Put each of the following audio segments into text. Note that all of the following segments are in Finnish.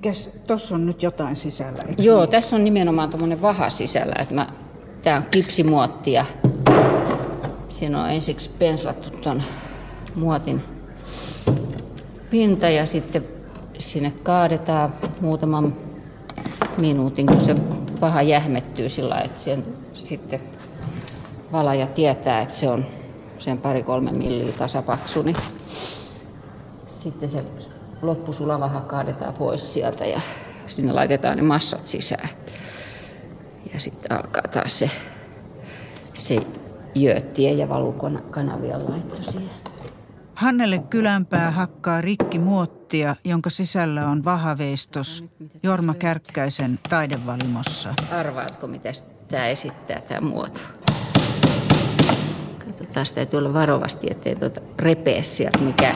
Mikäs, tossa on nyt jotain sisällä, eikö Joo, niin? tässä on nimenomaan tommonen vaha sisällä. Tää on kipsimuotti ja siinä on ensiksi penslattu ton muotin pinta ja sitten sinne kaadetaan muutaman minuutin, kun se paha jähmettyy sillä lailla, että sen sitten valaja tietää, että se on sen 2-3 milliä tasapaksu, niin sitten se loppusulavaha kaadetaan pois sieltä ja sinne laitetaan ne massat sisään. Ja sitten alkaa taas se jööttien ja valukanavien laitto siihen. Hannele Kylänpää hakkaa rikki muottia, jonka sisällä on vahaveistos Jorma Kärkkäisen taidevalimossa. Arvaatko, mitä tämä esittää, tämä muoto? Katsotaan, sitä täytyy olla varovasti, ettei repee sieltä mikä.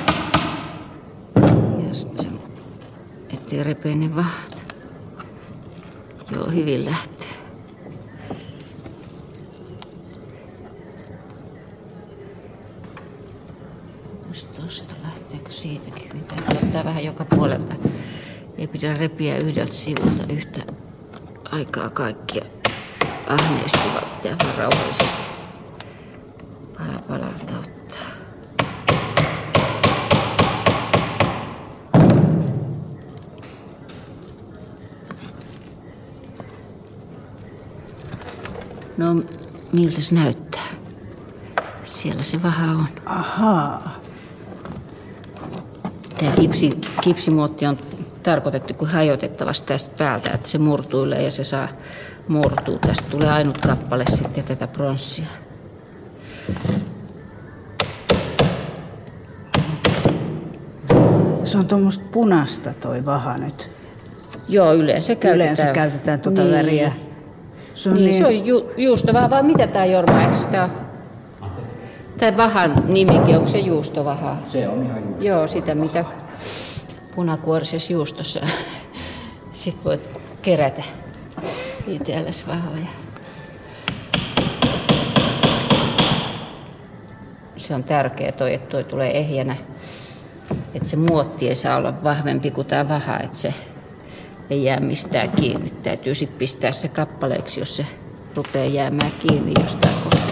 Ettei repee ne vahat. Joo, hyvin lähtee. Tuosta lähteekö siitäkin? Täytyy ottaa vähän joka puolelta. Ei pidä repiä yhdeltä sivulta yhtä aikaa kaikkia ahneesti, vaan pitää vaan rauhallisesti pala palalta ottaa. No, miltä se näyttää? Siellä se vaha on. Ahaa. Tämä kipsimuotti on tarkoitettu kuin hajotettavasti tästä päältä, että se murtuilee ja se saa murtua. Tästä tulee ainut kappale sitten tätä pronssia. Se on tuommoista punaista toi vaha nyt. Joo, yleensä käytetään tuota niin. väriä. Se on juustovaha, vai mitä tämä Jorma, eikö tämä vahan nimikin, onko se juustovaha? Se on ihan juustovaha. Joo, sitä mitä punakuorisessa juustossa sit voit kerätä itsellesi vahoja. Se on tärkeää että toi tulee ehjänä, että se muotti ei saa olla vahvempi kuin tämä vaha, että se ei jää mistään kiinni. Täytyy sitten pistää se kappaleeksi, jos se rupeaa jäämään kiinni jostain kohtaa.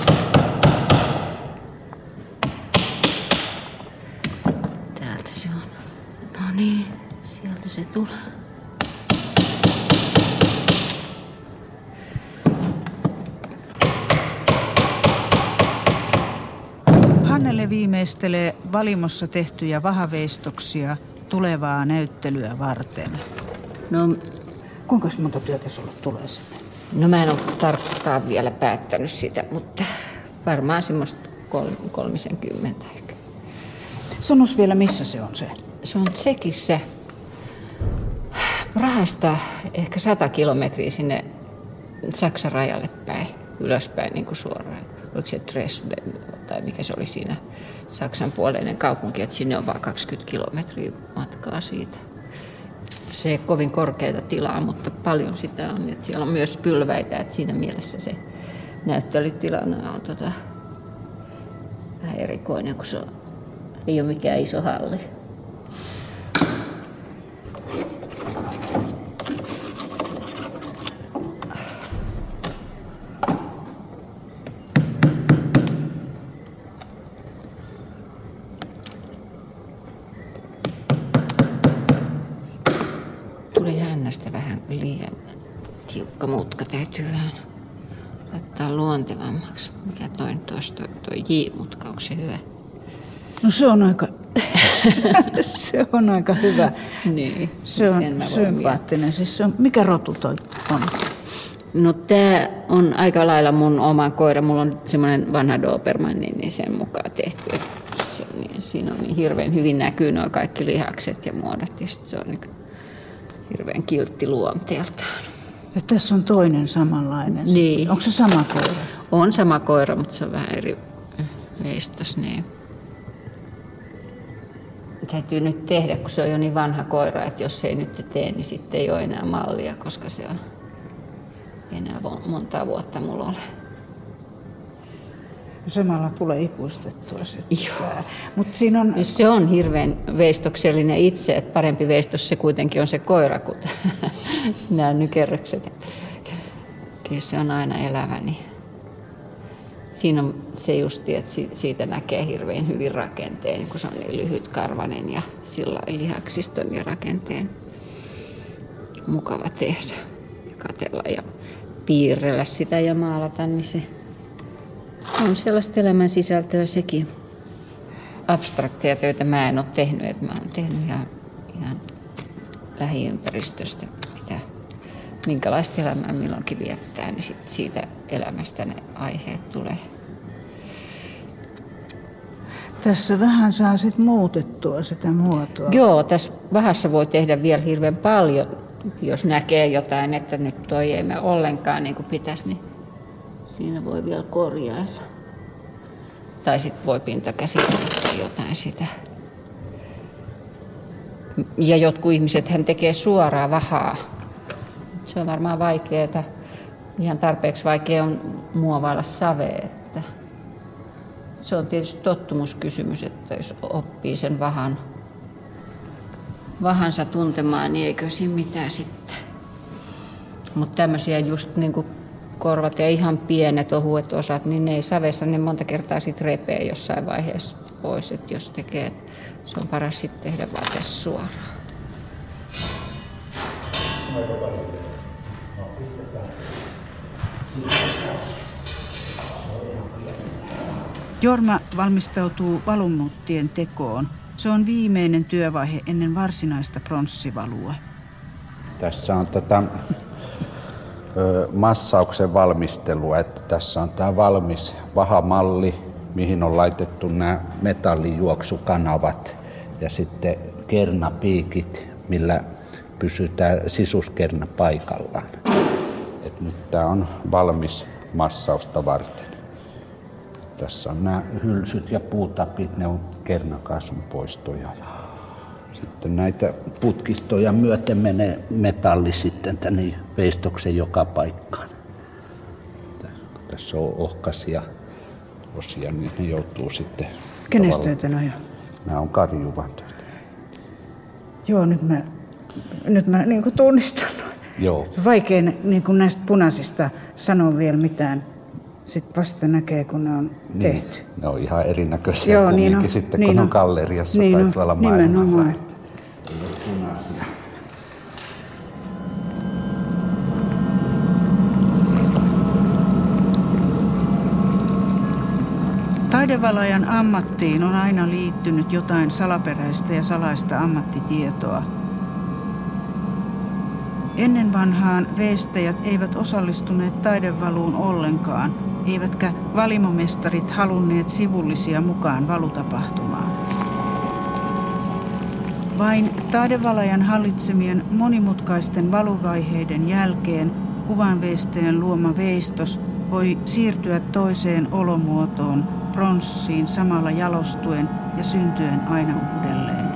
Täältä se on. No niin, sieltä se tulee. Hannele viimeistelee valimossa tehtyjä vahaveistoksia tulevaa näyttelyä varten. No, kuinka monta työtä sulle tulee sinne? No mä en ole tarkkaan vielä päättänyt sitä, mutta varmaan semmoista 30 ehkä. Sanois vielä, missä se on se? Se on Tsekissä. Prahasta ehkä 100 kilometriä sinne Saksan rajalle päin, ylöspäin niin kuin suoraan. Oliko se Dresden tai mikä se oli siinä Saksan puoleinen kaupunki, että sinne on vain 20 kilometriä matkaa siitä. Se ei kovin korkeata tilaa, mutta paljon sitä on. Että siellä on myös pylväitä, että siinä mielessä se näyttelytilana on vähän erikoinen, kun se ei ole mikään iso halli. Tuli hännästä vähän liian tiukka mutka, täytyy vähän laittaa luontevammaksi. Mikä toi J-mutka, onko se hyvä? No se on aika, se on aika hyvä. Niin, se on sympaattinen. Siis se on, mikä rotu toi on? No tää on aika lailla mun oma koira. Mulla on semmoinen vanha Doberman, niin sen mukaan tehty. Siinä on niin hirveän hyvin näkyy nuo kaikki lihakset ja muodot. Ja sit se on niin hirveän kiltti luonteeltaan. Ja tässä on toinen samanlainen. Niin. Onko se sama koira? On sama koira, mutta se on vähän eri veistos. Niin. Täytyy nyt tehdä, kun se on jo niin vanha koira, että jos ei nyt tee, niin sitten ei ole enää mallia, koska se on enää monta vuotta mulla ole. Samalla tulee ikuistettua se. Mut siinä on... Se on hirveän veistoksellinen itse, että parempi veistos se kuitenkin on se koira kuin nämä nykerrykset. Kyllä se on aina elävä. Niin. Siinä on se justi, että siitä näkee hirveän hyvin rakenteen, kun se on niin lyhytkarvainen ja sillä lihaksiston ja rakenteen mukava tehdä. Katsella ja piirrellä sitä ja maalata, niin se on sellaista elämän sisältöä sekin. Abstrakteja töitä mä en ole tehnyt, että mä oon tehnyt ihan lähiympäristöstä, minkälaista elämää milloinkin viettää, niin siitä elämästä ne aiheet tulee. Tässä vähän saa sit muutettua sitä muotoa. Joo, tässä vähässä voi tehdä vielä hirveän paljon, jos näkee jotain, että nyt toi ei mene ollenkaan niin kuin pitäisi, niin siinä voi vielä korjailla. Tai sitten voi pintakäsitellä jotain sitä. Ja jotkut ihmiset hän tekee suoraa vahaa. Se on varmaan vaikeaa. Ihan tarpeeksi vaikea on muovailla savea. Että se on tietysti tottumuskysymys, että jos oppii sen vahansa tuntemaan, niin eikö siinä mitään sitten. Mutta tämmöisiä just niin kuin korvat ja ihan pienet ohuet osat, niin ne ei savessa, ne monta kertaa sitten repee jossain vaiheessa pois, että jos tekee, se on paras sitten tehdä vaan tässä suoraan. Jorma valmistautuu valumuuttien tekoon. Se on viimeinen työvaihe ennen varsinaista pronssivalua. Tässä on tätä massauksen valmistelua, että tässä on tämä valmis vahamalli, mihin on laitettu nämä metallijuoksukanavat ja sitten kernapiikit, millä pysytään sisuskerna paikallaan. Et nyt tämä on valmis massausta varten. Tässä on nämä hylsyt ja puutapit, ne on kernakaasun poistoja. Sitten näitä putkistoja myöten menee metalli sitten tänne veistoksen joka paikkaan. Tässä on ohkaisia osia, niin ne joutuu sitten... Kenes töitä ne on? Nämä on Karjuvan töitä. Joo, nyt mä niin kuin tunnistan. Joo. Vaikea niin kuin näistä punaisista sanoa vielä mitään. Sitten vasta näkee, kun ne on tehty. Ne on ihan erinäköisiä kumminkin sitten, kun on galleriassa tai tuolla maailmalla. Ei ole punaisia. Taidevalajan ammattiin on aina liittynyt jotain salaperäistä ja salaista ammattitietoa. Ennen vanhaan veistäjät eivät osallistuneet taidevaluun ollenkaan, eivätkä valimomestarit halunneet sivullisia mukaan valutapahtumaan. Vain taidevalajan hallitsemien monimutkaisten valuvaiheiden jälkeen kuvanveistäjän luoma veistos voi siirtyä toiseen olomuotoon, pronssiin samalla jalostuen ja syntyen aina uudelleen.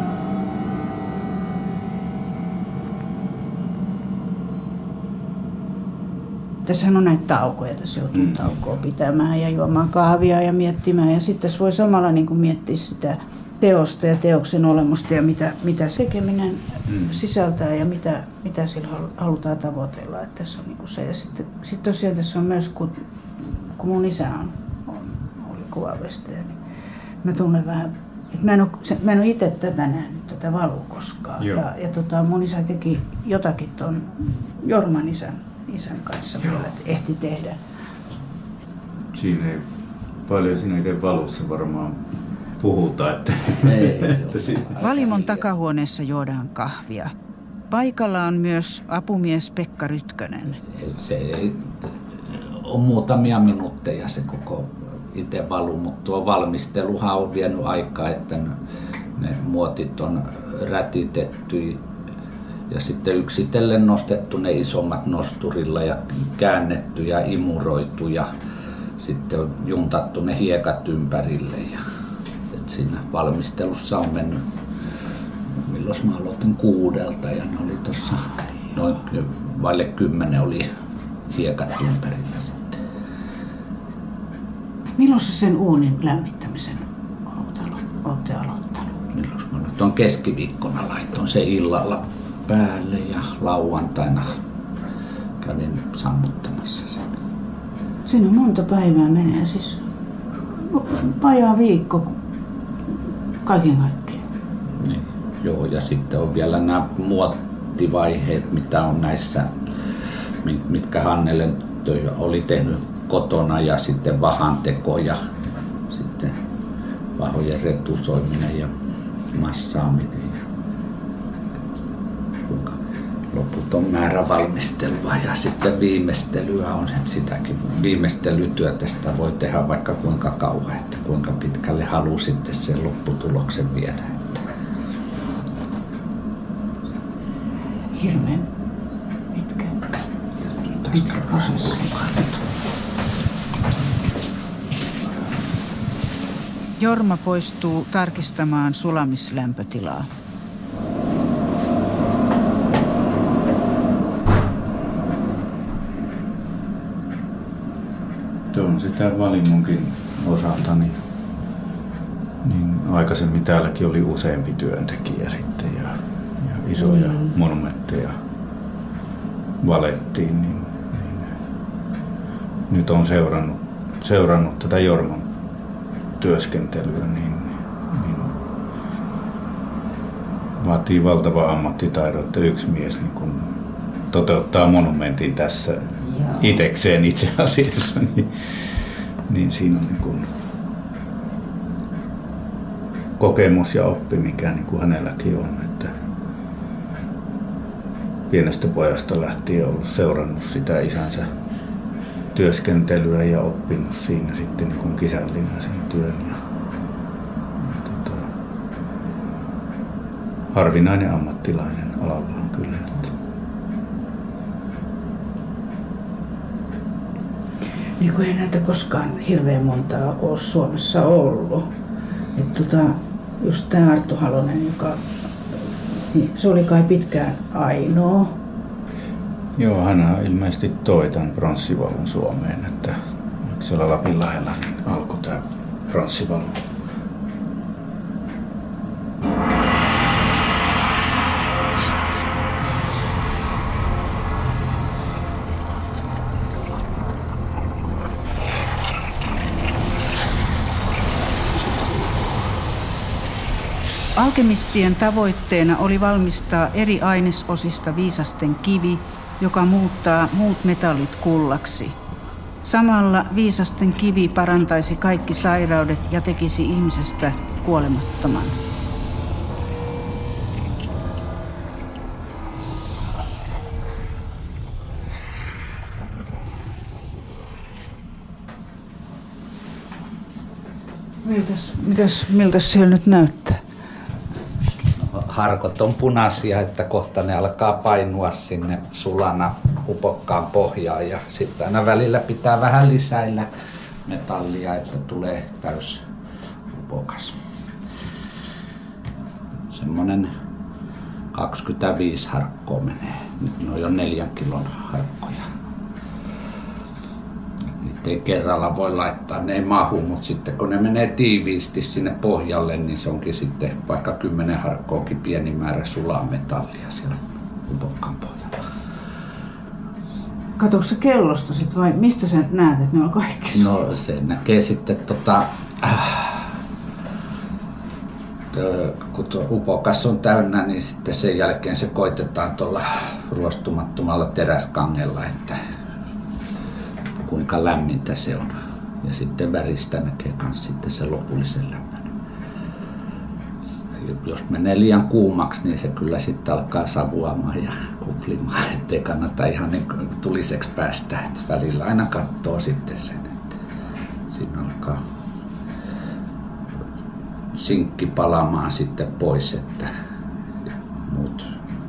Tässähän on näitä taukoja, tässä joutuu taukoa pitämään ja juomaan kahvia ja miettimään. Ja sitten tässä voi samalla niin kuin miettiä sitä teosta ja teoksen olemusta ja mitä se tekeminen sisältää ja mitä sillä halutaan tavoitella. Että tässä on niin kuin se. Ja sitten tosiaan tässä on myös, kun mun isä oli kuvanveistäjä, niin mä tunnen vähän, että mä en ole itse tätä nähnyt, tätä valua koskaan. Ja mun isä teki jotakin ton Jorman isän kanssa vielä ehti tehdä. Siinä ei paljon siinä valussa varmaan puhuta. Että Valimon takahuoneessa juodaan kahvia. Paikalla on myös apumies Pekka Rytkönen. Se on muutamia minuutteja se koko itse valu, mutta tuo valmisteluhan on vienyt aikaa, että ne muotit on rätitetty ja sitten yksitellen nostettu ne isommat nosturilla ja käännetty ja imuroitu ja sitten on juntattu ne hiekat ympärille. Et siinä valmistelussa on mennyt, milloin mä aloitin 6 ja ne oli tuossa noin vaille 10 oli hiekat ympärillä sitten. Milloin sä sen uunin lämmittämisen olette aloittanut? Milloin mä nyt on keskiviikkona laitoin se illalla päälle ja lauantaina kävin sammuttamassa sen. Siinä on monta päivää menee, siis vajaa viikko kaiken kaikkiaan. Niin, joo, ja sitten on vielä nämä muottivaiheet, mitä on näissä, mitkä Hannelle oli tehnyt kotona, ja sitten vahanteko ja sitten vahojen retusoiminen ja massaaminen ja kuinka loputon määrä valmistelua ja sitten viimeistelyä on, että sitäkin viimeistelytyötä sitä voi tehdä vaikka kuinka kauan, että kuinka pitkälle haluaa sitten sen lopputuloksen viedä. Hirveän pitkä prosessi. Jorma poistuu tarkistamaan sulamislämpötilaa. Tuon sitä valingonkin osalta, niin aikaisemmin täälläkin oli useampi työntekijä sitten ja isoja monumentteja valettiin, niin nyt on seurannut tätä Jorman työskentelyä, niin vaatii valtavaa ammattitaidon, että yksi mies niin kun toteuttaa monumentin tässä itekseen itse asiassa, niin siinä on niin kun kokemus ja oppi, mikä niin kuin hänelläkin on, että pienestä pojasta lähtien ollut seurannut sitä isänsä työskentelyä ja oppinut siinä sitten niin kuin kisällinä sen työn. Harvinainen ammattilainen alallaan kyllä. Niin kuin ei näitä koskaan hirveän montaa ole Suomessa ollut. Just tämä Arttu Halonen, niin se oli kai pitkään ainoa. Joo, hän ilmeisesti toi tämän pronssivalun Suomeen, että siellä Lapinlahdella niin alkoi tämä pronssivalu. Alkemistien tavoitteena oli valmistaa eri ainesosista viisasten kivi, joka muuttaa muut metallit kullaksi. Samalla viisasten kivi parantaisi kaikki sairaudet ja tekisi ihmisestä kuolemattoman. Miltäs siellä nyt näyttää? Harkot on punaisia, että kohta ne alkaa painua sinne sulana upokkaan pohjaan ja sitten aina välillä pitää vähän lisäillä metallia, että tulee täys upokas. Semmonen 25 harkkoa menee. Nyt ne on jo 4 kilon harkkoja. Niitä ei kerralla voi laittaa, ne ei mahu, mutta sitten kun ne menee tiiviisti sinne pohjalle, niin se onkin sitten vaikka 10 harkkoakin pieni määrä sulaa metallia siellä upokkaan pohjalla. Katsoitko sä kellosta sit vai mistä sä näet, että ne on kaikki? No se näkee sitten kun tuo upokas on täynnä, niin sitten sen jälkeen se koitetaan tuolla ruostumattomalla teräskangella, että kuinka lämmintä se on. Ja sitten väristä näkee myös sitten se lopullisen lämmön. Jos menee liian kuumaksi, niin se kyllä sitten alkaa savuamaan ja kuflimaan, ettei kannata ihan niin tuliseksi päästä. Et välillä aina katsoo sitten sen, että siinä alkaa sinkki palamaan sitten pois, että muut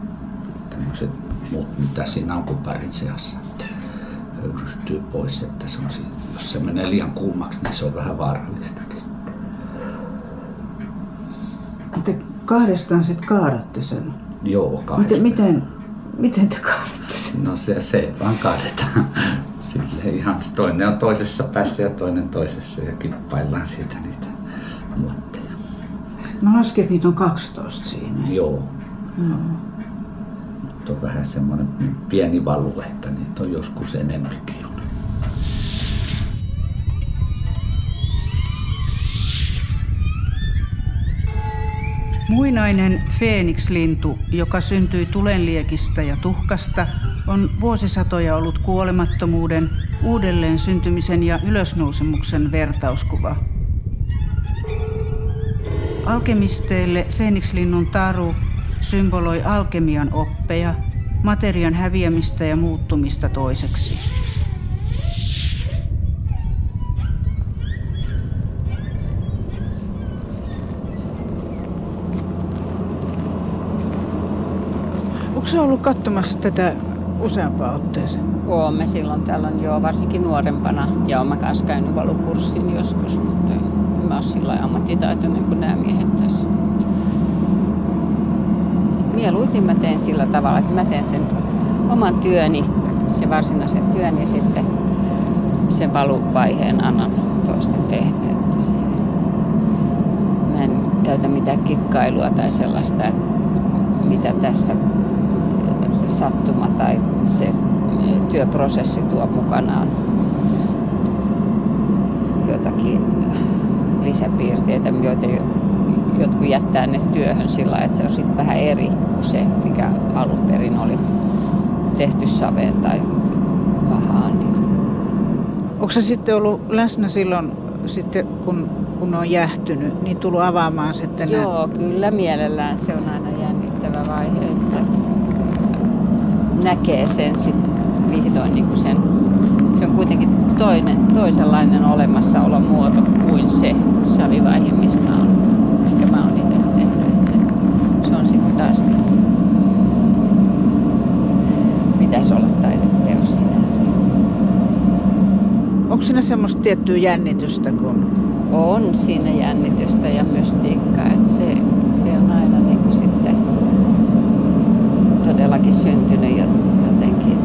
mitä siinä on kuparin seassa, että höyrystyy pois, että se on siinä, jos se menee liian kuumaksi, niin se on vähän vaarallistakin. Te kahdestaan sit kaadatte sen? Joo, kahdestaan. Miten te kaadatte sen? No se vaan kaadetaan sillä sille ihan toinen on toisessa päässä ja toinen toisessa ja kippaillaan siitä niitä muotteja. No lasket, että niitä on 12 siinä. Joo. No. Nyt on vähän semmoinen pieni valu, että niitä on joskus enempikin. Muinainen feenikslintu, joka syntyi tulenliekistä ja tuhkasta, on vuosisatoja ollut kuolemattomuuden, uudelleen syntymisen ja ylösnousemuksen vertauskuva. Alkemisteille feenikslinnun taru symboloi alkemian oppeja, materian häviämistä ja muuttumista toiseksi. Onko se ollut katsomassa tätä useampaan otteeseen? Olemme silloin tällöin jo varsinkin nuorempana ja olen kanssa käynyt valukurssin joskus, mutta en mä ole sillä lailla ammattitaitoinen kuin nämä miehet tässä. Mieluiten mä teen sillä tavalla, että mä teen sen oman työni, sen varsinaisen työn ja sitten sen valuvaiheen annan toisten tehdä. Mä en käytä mitään kikkailua tai sellaista, mitä tässä sattuma tai se työprosessi tuo mukanaan jotakin lisäpiirteitä, joita jotkut jättää ne työhön sillä lailla, että se on sitten vähän eri kuin se, mikä alun perin oli tehty saveen tai vahaan. Onko se sitten ollut läsnä silloin, sitten, kun on jähtynyt, niin tullut avaamaan sitten? Joo, kyllä mielellään. Se on aina jännittävä vaihe, että näkee sen sitten vihdoin niin kuin sen. Se on kuitenkin toisenlainen olemassaolon muoto kuin se savivaihe, missä minkä mä oon itse tehnyt. Se on sitten taas, pitäisi olla taideteos sinänsä. Onko siinä semmoista tiettyä jännitystä? On siinä jännitystä ja mystiikkaa, että se on aina niin kuin sitten todellakin syntynyt jotenkin.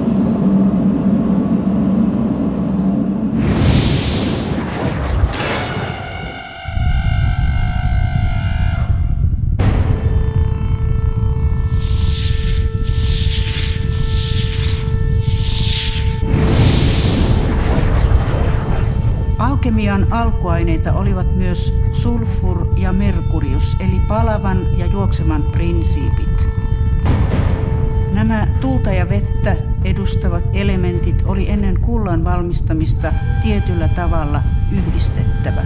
Alkemian alkuaineita olivat myös sulfur ja merkurius, eli palavan ja juoksevan prinsiipit. Nämä tulta ja vettä edustavat elementit oli ennen kullan valmistamista tietyllä tavalla yhdistettävä.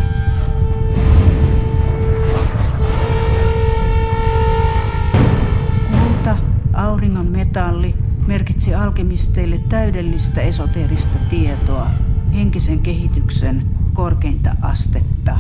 Kulta, auringon metalli, merkitsi alkemisteille täydellistä esoteerista tietoa, henkisen kehityksen korkeinta astetta.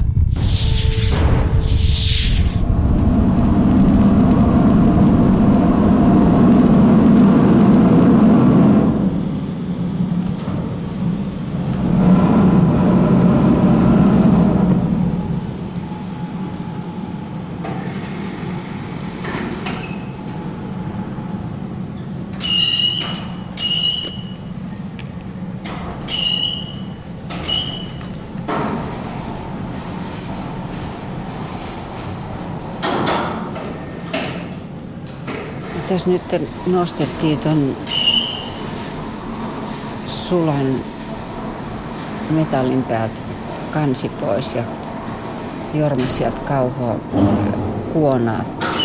Tässä nyt nostettiin ton sulan metallin päältä kansi pois ja Jorma sieltä kauhoa kuonaa,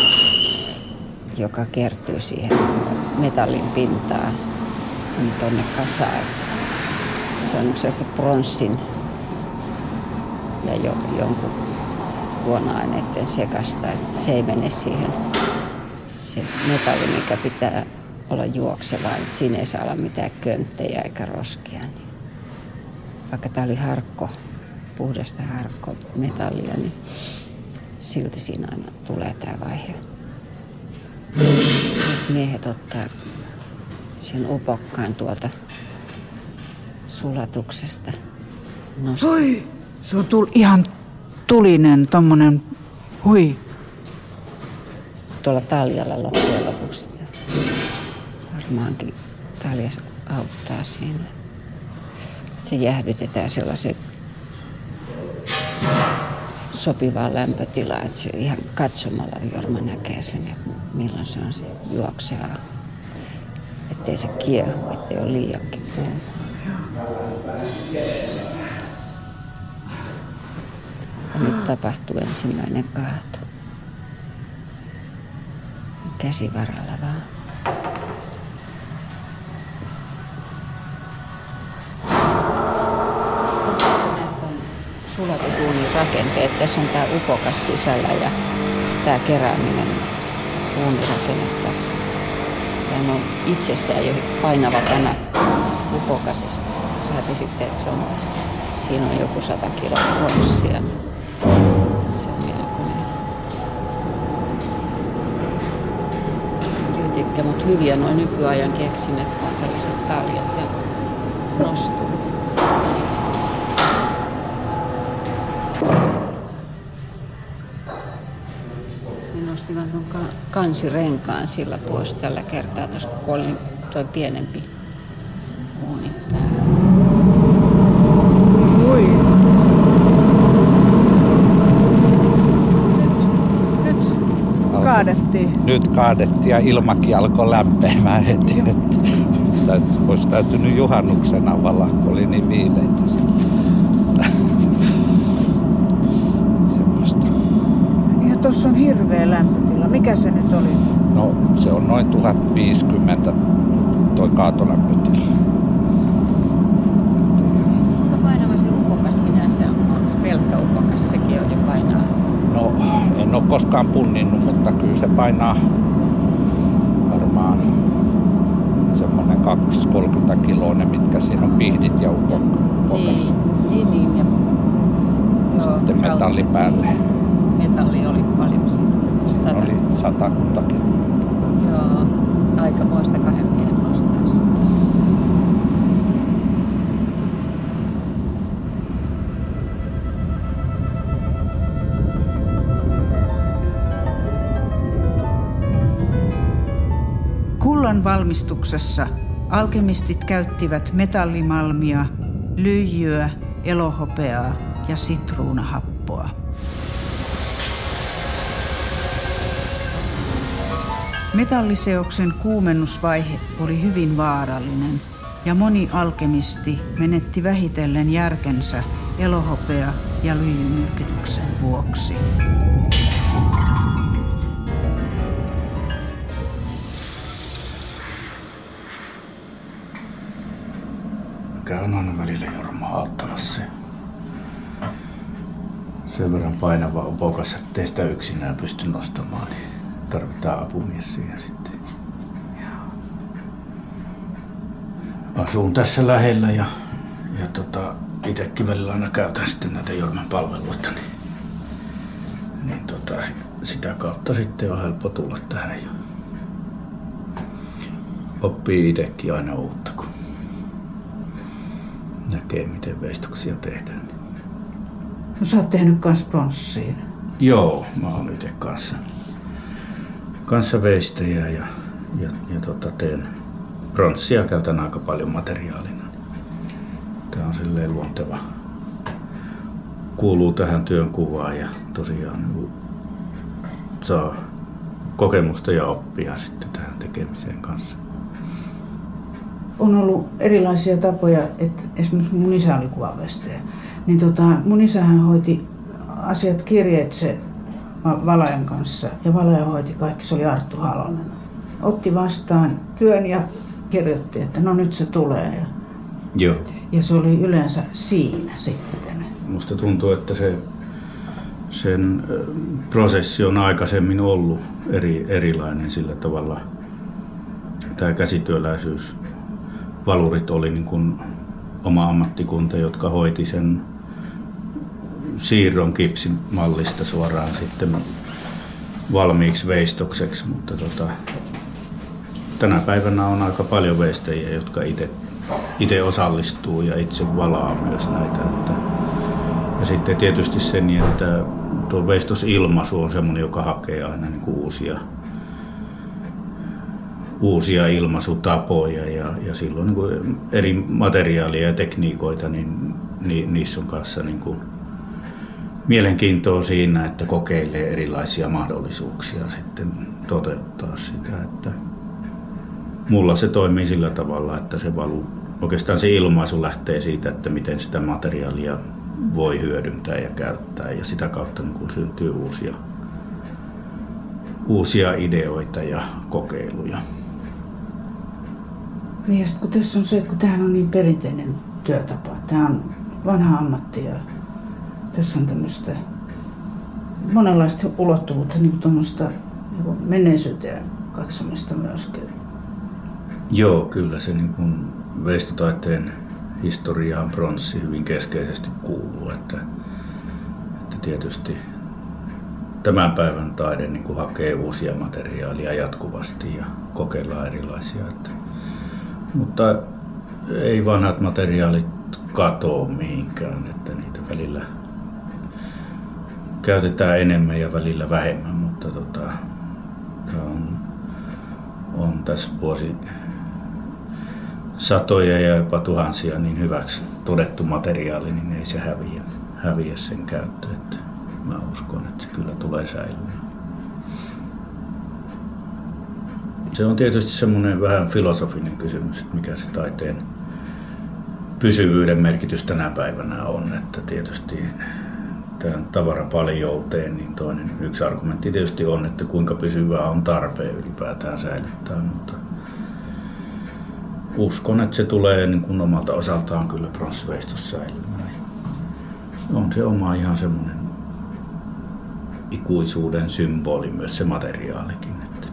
joka kertyy siihen metallin pintaan tuonne kasaan. Se on se pronssin ja jonkun kuona-aineiden sekasta, että se ei mene siihen. Se metalli, mikä pitää olla juoksevaa, että siinä ei saa olla mitään könttejä eikä roskia. Niin vaikka tämä oli puhdasta harkkometallia, niin silti siinä aina tulee tämä vaihe. Nyt miehet ottaa sen upokkaan tuolta sulatuksesta. Oi, se on ihan tulinen tommonen, hui. Tuolla taljalla loppujen lopuksi. Varmaankin talja auttaa siinä. Se jäähdytetään sellaiseen sopivaan lämpötilaan, että se ihan katsomalla Jorma näkee sen, että milloin se on se juokseva. Ettei se kiehu, ettei ole liiankin kuuma. Ja nyt tapahtuu ensimmäinen kaato. Käsivaralla vaan. Sulatusuunin rakenteet. Tässä on tämä upokas sisällä ja tämä kerääminen uunirakenne tässä. Sehän on itsessään jo painava tämä upokas. Saati sitten, että siinä on joku 100 kiloa pronssia. Se on melkoinen. Kytikkä, mutta hyviä noin nykyajan keksinnät, kun on tällaiset taljat ja nostuu. Nostivat tuon kansirenkaan sillä pois tällä kertaa, tuossa kun oli tuo pienempi uuni päällä. Nyt kaadettiin. Nyt kaadettiin ja ilmakin alkoi lämpeämään heti. Olisi täytynyt juhannuksena valaa, kun oli niin viileitä. Tuossa on hirveä lämpötila. Mikä se nyt oli? No se on noin 1050 toi kaatolämpötila. Kuinka painava se upokas sinänsä on? Onko pelkkä upokas sekin on jo painaa? No en ole koskaan punninnut, mutta kyllä se painaa varmaan semmoinen 2-30 kiloinen, mitkä siinä on pihdit ja upokas. Niin. Ja, joo, sitten metalli päälle. Metalli oli paljon siinä. 100 kiloa. Joo, aikamoista 2 miehen nostaa sitä. Kullan valmistuksessa alkemistit käyttivät metallimalmia, lyijyä, elohopeaa ja sitruunahappoa. Metalliseoksen kuumennusvaihe oli hyvin vaarallinen ja moni alkemisti menetti vähitellen järkensä elohopea- ja lyijymyrkytyksen vuoksi. Käyn aina välillä Jorma auttamassa. Sen verran painava upokas, ettei sitä yksinään pysty nostamaan, niin tarvitaan apumies siihen sitten. Asun tässä lähellä ja itsekin välillä aina käytän sitten näitä Jorman palveluita, niin sitä kautta sitten on helppo tulla tähän ja oppii itsekin aina uutta, kun näkee miten veistoksia tehdään. No sä oot tehnyt kans pronssiin. Joo, mä oon itse kanssa veistejä ja teen pronssia, käytän aika paljon materiaalina. Tää on silleen luonteva. Kuuluu tähän työnkuvaan ja tosiaan saa kokemusta ja oppia sitten tähän tekemiseen kanssa. On ollut erilaisia tapoja, että esimerkiksi mun isä oli kuvanveistäjä. Niin mun isähän hoiti asiat kirjeitse valajan kanssa ja valaja hoiti kaikki, se oli Arttu Halonen. Otti vastaan työn ja kirjoitti, että no nyt se tulee. Joo. Ja se oli yleensä siinä sitten. Musta tuntuu, että sen prosessi on aikaisemmin ollut erilainen sillä tavalla. Tämä käsityöläisyys, valurit oli niin kuin oma ammattikunta, jotka hoiti sen siirron kipsimallista suoraan sitten valmiiksi veistokseksi, mutta tänä päivänä on aika paljon veistäjiä, jotka itse osallistuu ja itse valaa myös näitä. Ja sitten tietysti se niin, että tuo uusia ilmaisutapoja ja silloin niin kuin eri materiaalia ja tekniikoita, niin niissä on kanssa niin kuin mielenkiintoa siinä, että kokeilee erilaisia mahdollisuuksia sitten toteuttaa sitä. Että mulla se toimii sillä tavalla, että oikeastaan se ilmaisu lähtee siitä, että miten sitä materiaalia voi hyödyntää ja käyttää ja sitä kautta niin kun syntyy uusia ideoita ja kokeiluja. Niin ja kun tässä on se, kun tämähän on niin perinteinen työtapa, tämä on vanha ammatti ja tässä on tämmöistä monenlaista ulottuvuutta, niin kuin tuommoista niin menneisyyteen katsomista myöskin. Joo, kyllä se niin kuin veistotaiteen historiaan pronssi hyvin keskeisesti kuuluu, että tietysti tämän päivän taide niin kuin hakee uusia materiaalia jatkuvasti ja kokeillaan erilaisia. Mutta ei vanhat materiaalit katoa mihinkään, että niitä välillä käytetään enemmän ja välillä vähemmän, mutta tämä on tässä satoja ja jopa tuhansia niin hyväksi todettu materiaali, niin ei se häviä sen käyttö. Että mä uskon, että se kyllä tulee säilymään. Se on tietysti semmoinen vähän filosofinen kysymys, että mikä se taiteen pysyvyyden merkitys tänä päivänä on. Että tietysti tämän tavarapaljouteen, niin yksi argumentti tietysti on, että kuinka pysyvää on tarpeen ylipäätään säilyttää, mutta uskon, että se tulee niin kuin omalta osaltaan kyllä pronssiveistossa säilymään. On se oma ihan semmoinen ikuisuuden symboli myös se materiaalikin. Että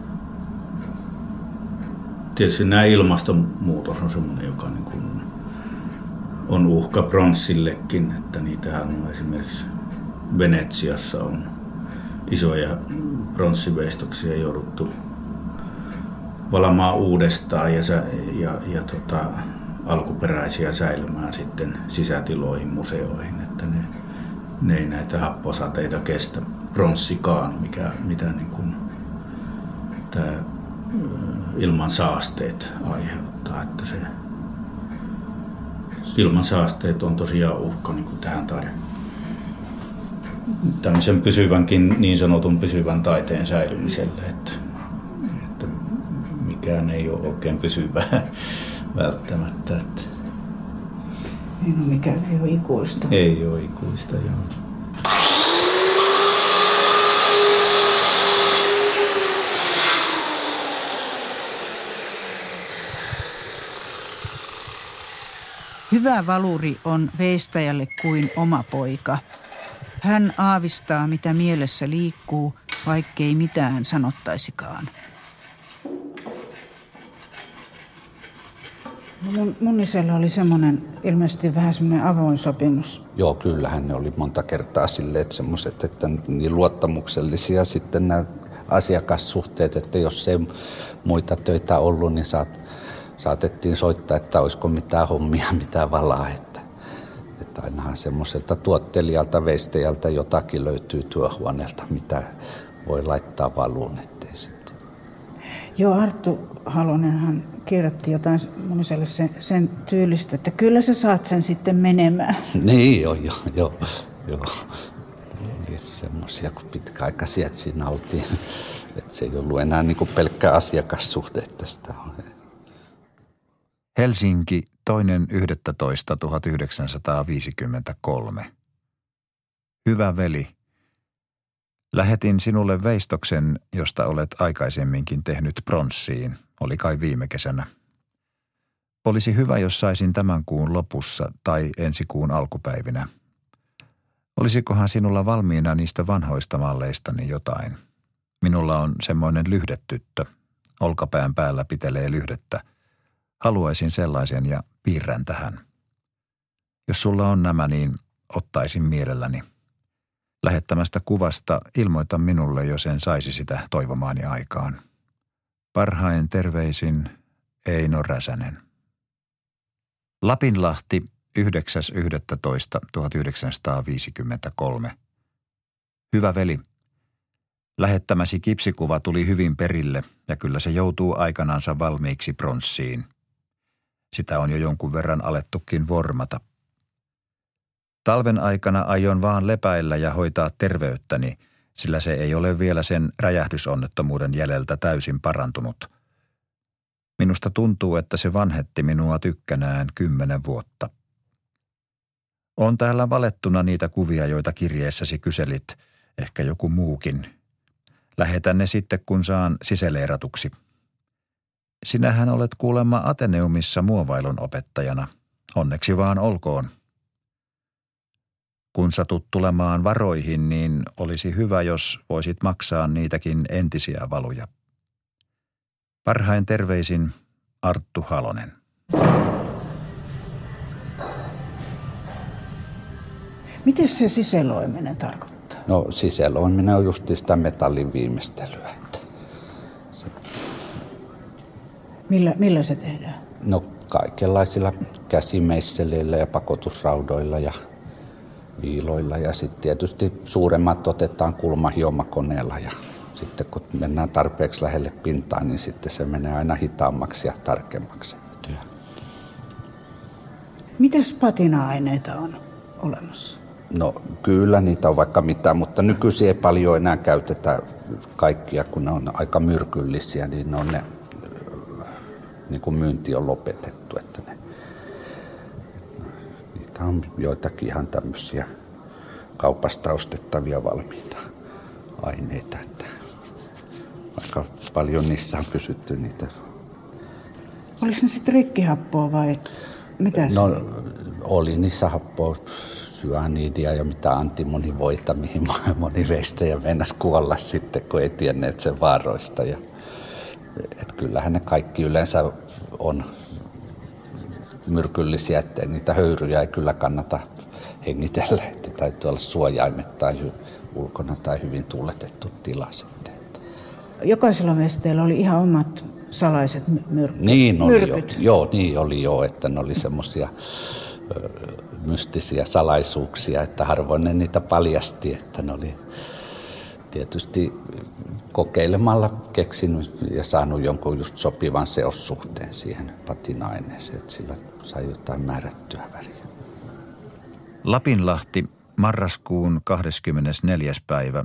tietysti nämä ilmastonmuutos on semmoinen, joka niin kuin on uhka pronssillekin, että niitähän on esimerkiksi Venetsiassa on isoja pronssiveistoksia jouduttu valamaan uudestaan ja alkuperäisiä säilymään sitten sisätiloihin, museoihin, että ne ei näitä happosateita kestä pronssikaan, mitä niin kuin tämä ilman saasteet aiheuttaa, että se ilman saasteet on tosiaan uhka niin kuin tähän tämmöisen pysyvänkin, niin sanotun pysyvän taiteen säilymiselle, että mikään ei ole oikein pysyvää välttämättä. Että Mikään ei ole ikuista. Ei ole ikuista, joo. Hyvä valuri on veistäjälle kuin oma poika. Hän aavistaa, mitä mielessä liikkuu, vaikkei mitään sanottaisikaan. Mun isällä oli semmoinen, ilmeisesti vähän semmoinen avoin sopimus. Joo, kyllähän ne oli monta kertaa silleen, että semmoiset, että niin luottamuksellisia sitten nämä asiakassuhteet, että jos ei muita töitä ollut, niin saatettiin soittaa, että olisiko mitään hommia, mitään valaa. Että ainahan semmoiselta tuottelijalta, veistäjältä jotakin löytyy työhuoneelta, mitä voi laittaa valuun, ettei sitten. Joo, Arttu Halonenhan kirjoitti jotain moniselle sen tyylistä, että kyllä sä saat sen sitten menemään. Niin, joo. Semmoisia, kun pitkäaikaisia siinä oltiin, että se ei ollut enää niin kuin pelkkä asiakassuhde, että sitä on. Helsinki 2.11.1953. Hyvä veli, lähetin sinulle veistoksen, josta olet aikaisemminkin tehnyt pronssiin, oli kai viime kesänä. Olisi hyvä, jos saisin tämän kuun lopussa tai ensi kuun alkupäivinä. Olisikohan sinulla valmiina niistä vanhoista malleistani jotain? Minulla on semmoinen lyhdetyttö. Olkapään päällä pitelee lyhdettä. Haluaisin sellaisen ja piirrän tähän. Jos sulla on nämä, niin ottaisin mielelläni. Lähettämästä kuvasta ilmoita minulle, jos en saisi sitä toivomaani aikaan. Parhain terveisin Eino Räsänen. Lapinlahti 9.11.1953. Hyvä veli, Lähettämäsi kipsikuva tuli hyvin perille ja kyllä se joutuu aikanaansa valmiiksi pronssiin. Sitä on jo jonkun verran alettukin vormata. Talven aikana aion vaan lepäillä ja hoitaa terveyttäni, sillä se ei ole vielä sen räjähdysonnettomuuden jäljeltä täysin parantunut. Minusta tuntuu, että se vanhetti minua tykkänään 10 vuotta. On täällä valettuna niitä kuvia, joita kirjeessäsi kyselit, ehkä joku muukin. Lähetän ne sitten, kun saan siseleeratuksi. Sinähän olet kuulemma Ateneumissa muovailun opettajana. Onneksi vaan olkoon. Kun satut tulemaan varoihin, niin olisi hyvä, jos voisit maksaa niitäkin entisiä valuja. Parhain terveisin Arttu Halonen. Miten se siseloiminen tarkoittaa? No siseloiminen on just sitä metallin viimeistelyä. Millä se tehdään? No kaikenlaisilla käsimeisseleillä ja pakotusraudoilla ja viiloilla ja sitten tietysti suuremmat otetaan kulmahiomakoneella ja sitten kun mennään tarpeeksi lähelle pintaan, niin sitten se menee aina hitaammaksi ja tarkemmaksi työ. Mitäs patina-aineita on olemassa? No kyllä niitä on vaikka mitä, mutta nykyisin ei paljon enää käytetä kaikkia, kun ne on aika myrkyllisiä, niin ne on ne, niin kuin myynti on lopetettu, että niitä on joitakin ihan tämmöisiä kaupasta ostettavia valmiita aineita, että aika paljon niissä on kysytty niitä. Oliko ne sitten rikkihappoa vai mitä? No oli niissä happoa, syanidia ja mitä antimonivoita, mihin moni veistäjä mennäisi kuolla sitten, kun ei tienneet sen vaaroista. Ja, et kyllähän ne kaikki yleensä on myrkyllisiä, ettei niitä höyryjä ei kyllä kannata hengitellä, että täytyy olla suojaimet tai ulkona tai hyvin tuuletettu tila sitten. Jokaisella veistäjällä oli ihan omat salaiset myrkyt. Niin oli jo. Niin oli jo, että ne oli semmoisia mystisiä salaisuuksia, että harvoin ne niitä paljasti, että ne oli tietysti kokeilemalla keksinyt ja saanut jonkun just sopivan seossuhteen siihen patina-aineeseen, että sillä sai jotain määrättyä väriä. Lapinlahti, marraskuun 24. päivä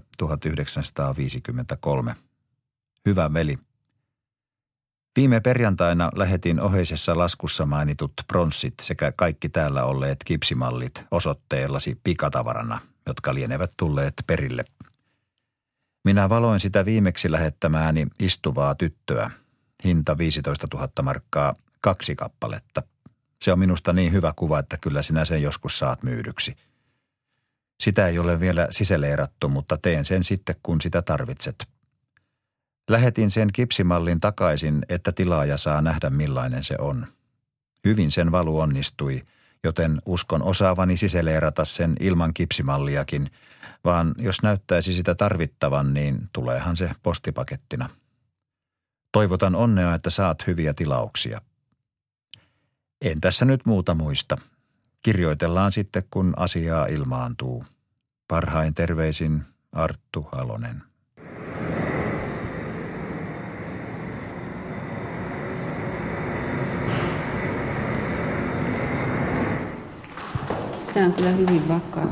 1953. Hyvä veli. Viime perjantaina lähetin oheisessa laskussa mainitut pronssit sekä kaikki täällä olleet kipsimallit osoitteellasi pikatavarana, jotka lienevät tulleet perille. Minä valoin sitä viimeksi lähettämääni istuvaa tyttöä. Hinta 15 000 markkaa, 2 kappaletta. Se on minusta niin hyvä kuva, että kyllä sinä sen joskus saat myydyksi. Sitä ei ole vielä siseleerattu, mutta teen sen sitten, kun sitä tarvitset. Lähetin sen kipsimallin takaisin, että tilaaja saa nähdä millainen se on. Hyvin sen valu onnistui, joten uskon osaavani siseleerata sen ilman kipsimalliakin, vaan jos näyttäisi sitä tarvittavan, niin tuleehan se postipakettina. Toivotan onnea, että saat hyviä tilauksia. En tässä nyt muuta muista. Kirjoitellaan sitten, kun asiaa ilmaantuu. Parhain terveisin Arttu Halonen. Tämä on kyllä hyvin vakaa.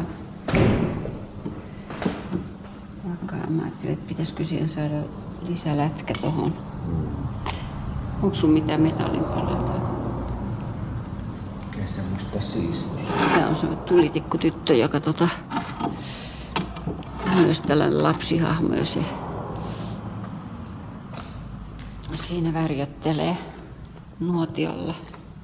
Mä ajattelin, että pitäisikö siihen saada lisälätkä tohon. Onko sun mitään metallinpalalta? Oikein semmoista siistiä. Tämä on semmoinen tulitikkutyttö, joka myös tällainen lapsihahmo, ja se siinä värjöttelee nuotiolla.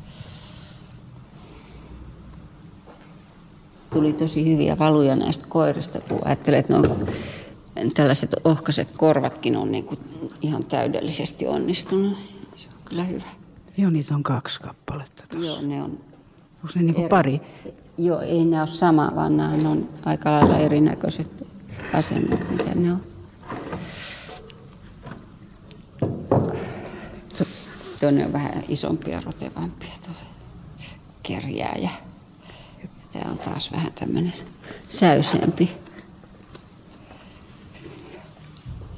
Tuli tosi hyviä valuja näistä koirista, kun ajattelee, että tällaiset ohkaiset korvatkin on niin kuin ihan täydellisesti onnistunut. Se on kyllä hyvä. Joo, niitä on 2 kappaletta tuossa. Joo, ne on. Onko ne niin kuin pari? Joo, ei ne ole sama, vaan nämä on aika lailla erinäköiset asennot, mitä ne on. Toinen on vähän isompi ja rotevampi, tuo kerjääjä. Tämä on taas vähän tämmöinen säyseempi.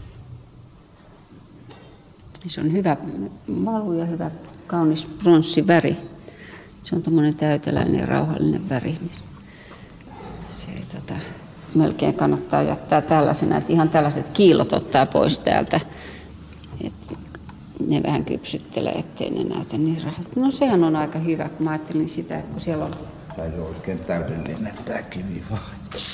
Se on hyvä valu ja hyvä kaunis pronssiväri. Se on tommoinen täyteläinen ja rauhallinen väri. Se ei, melkein kannattaa jättää tällaisena, että ihan tällaiset kiilot ottaa pois täältä. Et ne vähän kypsyttelee, ettei ne näytä niin rahalta. No sehän on aika hyvä, kun mä ajattelin sitä, että kun siellä on... Tämä ei ole oikein täydellinen tämä kivivahti.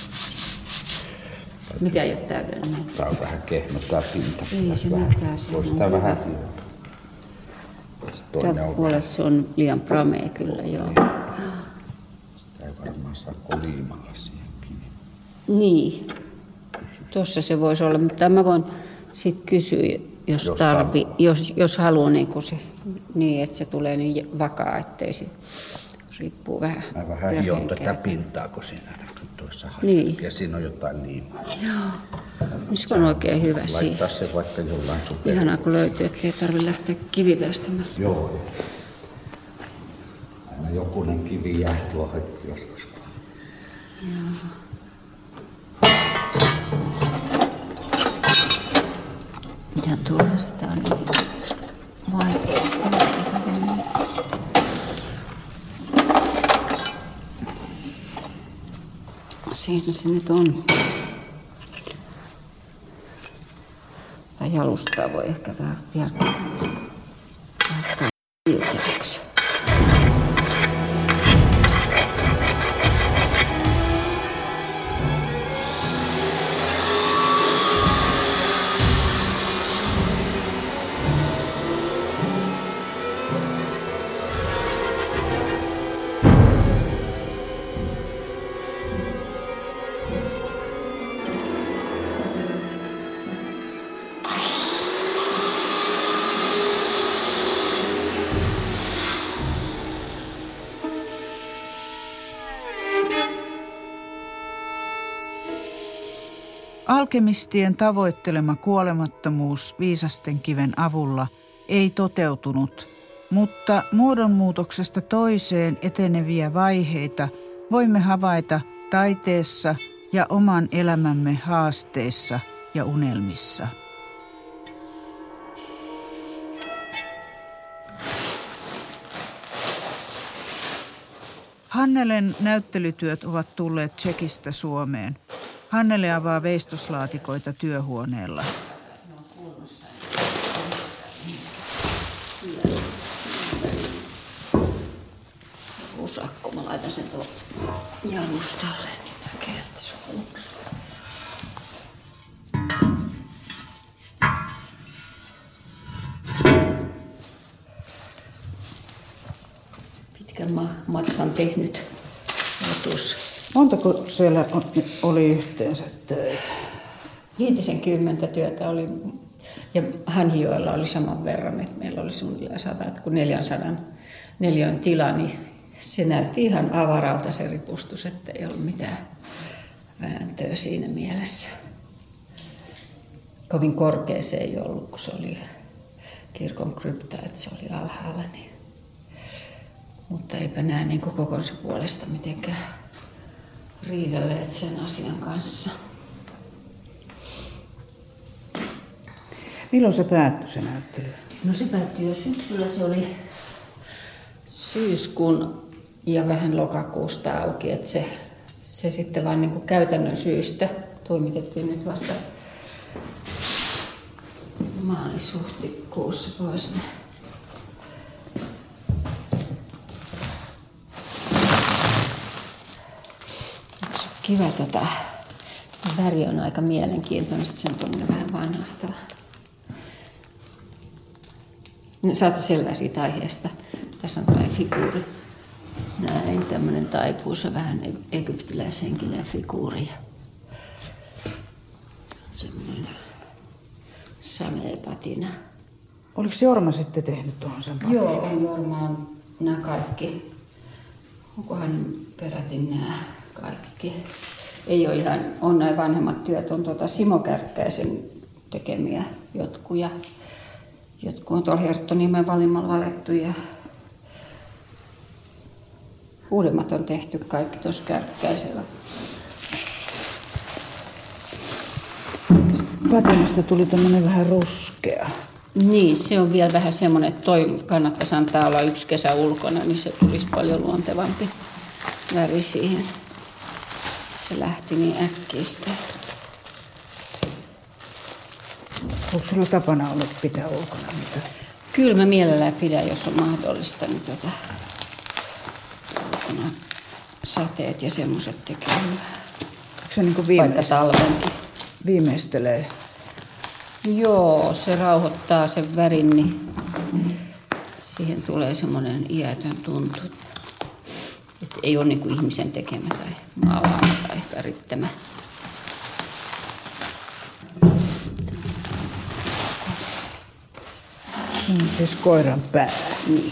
Mikä ei ole täydellinen? Tämä on vähän kehno tämä pinta. Ei se mitään. Voisi tämä vähän hyvä. Tältä puolet se on liian pramea kyllä, joo. Sitä ei varmaan saa kuin liimalla siihen kiinni. Niin. Tuossa se voisi olla, mutta mä voin sitten kysyä, jos haluaa niin, että se tulee niin vakaa, ettei se riippuu vähän. Mä vähän hion tätä pintaa, kun siinä näkyy tuossa niin. Ja siinä on jotain liimaa. Joo. Se on oikein hyvä siinä. Laittaa se vaikka jollain superilla. Ihanaa kun löytyy, ettei tarvitse lähteä kivivestämään. Joo. Aina jokunen kivi jää tuohon joskus. Joo. Ja tuollaista on niin vaikeasta. Siinä se nyt on. Tai jalustaa voi ehkä vähän viiltäväksi. Alkemistien tavoittelema kuolemattomuus viisasten kiven avulla ei toteutunut, mutta muodonmuutoksesta toiseen eteneviä vaiheita voimme havaita taiteessa ja oman elämämme haasteissa ja unelmissa. Hannelen näyttelytyöt ovat tulleet Tšekistä Suomeen. Hannele avaa veistoslaatikoita työhuoneella. Rusakko, mä laitan sen tuon jalustalle, niin näkee, että se on yksi. Pitkän matkan tehnyt otus. Montako siellä oli yhteensä töitä? 50 työtä oli, ja Hanhijoella oli saman verran, että meillä oli suunnilleen 100, kun 400 neliön tila, niin se näytti ihan avaralta se ripustus, että ei ollut mitään vääntöä siinä mielessä. Kovin korkea se ei ollut, kun se oli kirkon krypta, että se oli alhaalla. Niin. Mutta eipä näe niin kokonsa puolesta mitenkään riidelleet sen asian kanssa. Milloin se päättyi se näyttely? No se päättyi jo syksyllä. Se oli syyskuun ja vähän lokakuusta auki. Että se sitten vain niin kuin käytännön syystä toimitettiin nyt vasta maalis-huhtikuussa pois. Kiva, väri on aika mielenkiintoinen, se on tuommoinen vähän vanhahtava. Saatko selvää siitä aiheesta? Tässä on tällainen figuuri. Näin, tämmöinen taipuussa vähän egyptiläishenkinen figuuri. Semmoinen sameepatina. Oliko Jorma sitten tehnyt tuohon sen patin? Joo, Jorma on nämä kaikki. Onkohan peräti nämä kaikki? Ei ole ihan, on nämä vanhemmat työt, on Simo Kärkkäisen tekemiä jotkuja. Jotkut on tuolla Herttoniemen valimalla valettu ja uudemmat on tehty kaikki tuossa Kärkkäisellä. Patinasta tuli tämmöinen vähän ruskea. Niin, se on vielä vähän semmoinen, että toi kannattaisi antaa olla 1 kesä ulkona, niin se tulisi paljon luontevampi väri siihen. Se lähti niin äkkiä. Onko sulla tapana ollut pitää ulkona mitä? Kyllä mä mielellään pidän, jos on mahdollista, niin ulkona sateet ja semmoiset tekee. Onko se niin vaikka talvenkin. Viimeistelee? Joo, se rauhoittaa sen värin, niin siihen tulee semmoinen iätön tuntu. Että ei ole niin kuin ihmisen tekemä tai maalaama tai värittämä. Siis koiran pää. Niin.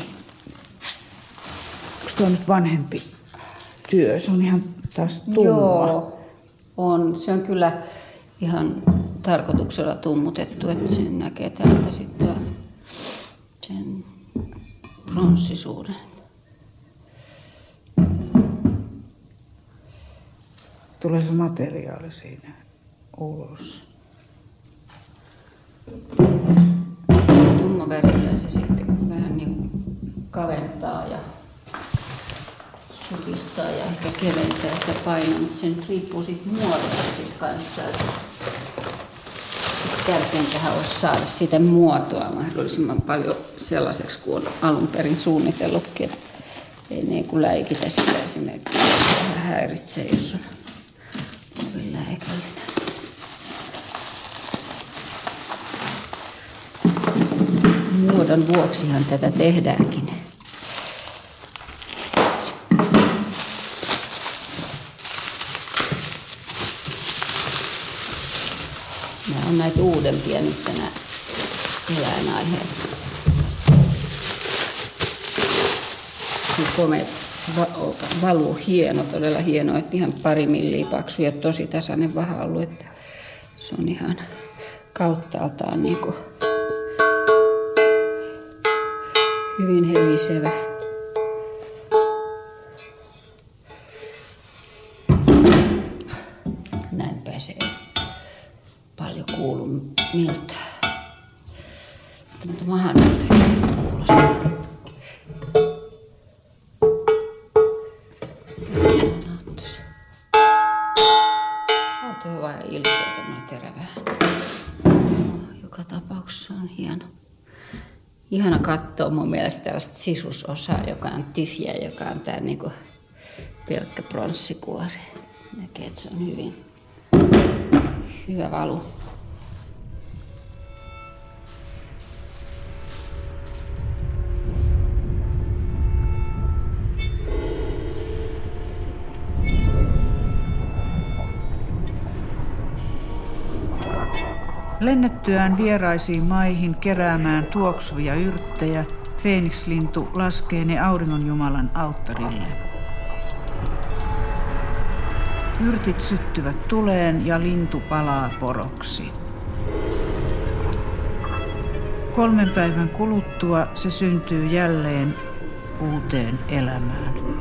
Onko tuo nyt vanhempi työ? Se on ihan taas tumma. Joo, on. Se on kyllä ihan tarkoituksella tummutettu, että sen näkee täältä sitten sen pronssisuuden. Tulee se materiaali siinä ulos. Tumma se sitten vähän niin kaventaa ja supistaa ja ehkä keventää sitä painoa, mutta se nyt riippuu siitä muodosta sit kanssa. Tärkeintähän olisi saada sitä muotoa mahdollisimman paljon sellaiseksi kuin on alun perin suunnitellutkin. Että ei niin kuin läikitä sitä esimerkiksi vähän häiritsee, jos on kovin läikallinen. Muodon vuoksihan tätä tehdäänkin. Nämä on näitä uudempia nyt nämä eläinaiheet. Se on komeat valu, hieno, todella hieno, että ihan 2 milliä paksu ja tosi tasainen vaha-alue. Että se on ihan kauttaaltaan niin kuin hyvin helisevä. Näinpä se ei paljon kuulu miltään. Mutta maha näiltä hyvältä kuulostaa. Tuo on vähän ilkeä tämmöinen terävä. Joka tapauksessa on hieno. Ihana katsoa mun mielestä tällaista sisusosaa, joka on tyhjä, joka on tää niinku pelkkä pronssikuori. Näkee, että se on hyvä valu. Lennettyään vieraisiin maihin keräämään tuoksuvia yrttejä, feenikslintu laskee ne auringonjumalan alttarille. Yrtit syttyvät tuleen ja lintu palaa poroksi. 3 päivän kuluttua se syntyy jälleen uuteen elämään.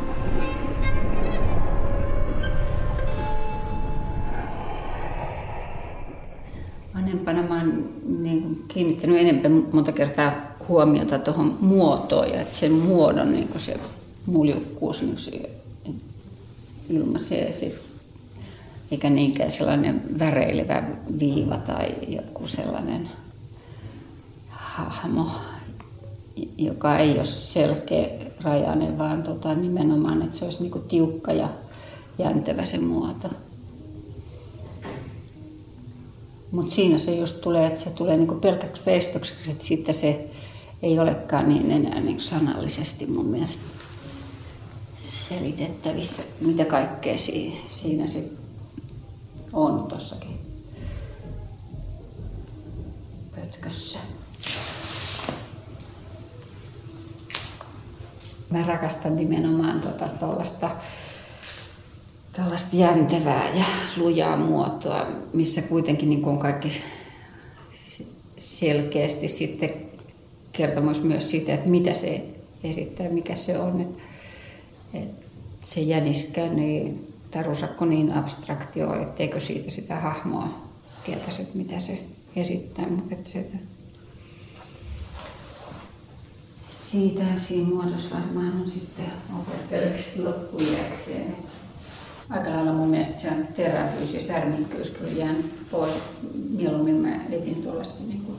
Vanhempana mä oon niin kiinnittänyt enemmän monta kertaa huomiota tuohon muotoon ja että sen muodon niin se muljukkuus niin se ilmaisee se, eikä niinkään sellainen väreilevä viiva tai joku sellainen hahmo, joka ei ole selkeä rajainen, vaan nimenomaan, että se olisi niin kuin tiukka ja jäntevä se muoto. Mutta siinä se just tulee, että se tulee niinku pelkäksi veistokseksi, että sitten se ei olekaan niin enää niin sanallisesti mun mielestä selitettävissä, mitä kaikkea siinä se on tossakin pötkössä. Mä rakastan nimenomaan tällaista jäntevää ja lujaa muotoa, missä kuitenkin niin on kaikki selkeästi sitten kertomus myös siitä, että mitä se esittää, mikä se on. Että se jäniskö niin, tai rusakko niin abstraktio, etteikö siitä sitä hahmoa tietäisi, että mitä se esittää. Mutta se Siitä siinä muodossa varmaan on sitten opetteleeksi loppuiäkseen. Aika lailla mun mielestä se on terävyys ja särmikkyys kyllä jäänyt pois. Mieluummin mä etin tuollaista niinku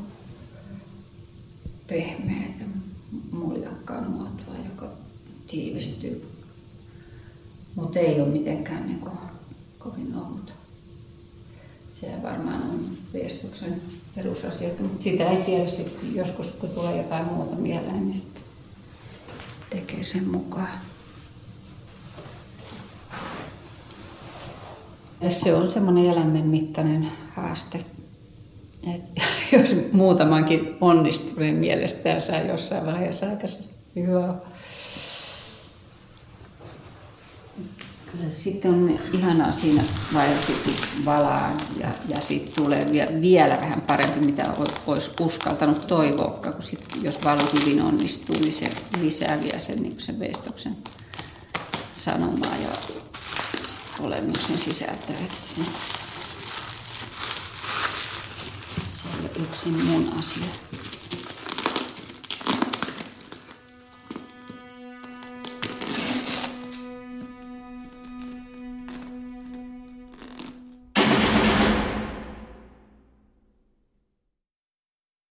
pehmeätä, muljakkaa muotoa, joka tiivistyy. Mutta ei ole mitenkään niinku kovin outo. Se varmaan on veistuksen perusasiat, mutta sitä ei tiedä sitten joskus, kun tulee jotain muuta mieleen, niin sitten tekee sen mukaan. Ja se on semmoinen elämänmittainen haaste, että jos muutamankin onnistuneen mielestään saa jossain vaiheessa aika hyvää. Kyllä sitten on ihanaa siinä vaiheessa, kun valaa ja sitten tulee vielä vähän parempi, mitä olisi uskaltanut toivoa, kun sit, jos valo hyvin onnistuu, niin se lisää vielä sen veistoksen sanomaa ja olemuksen sisältöä. Että se ei ole yksin mun asia.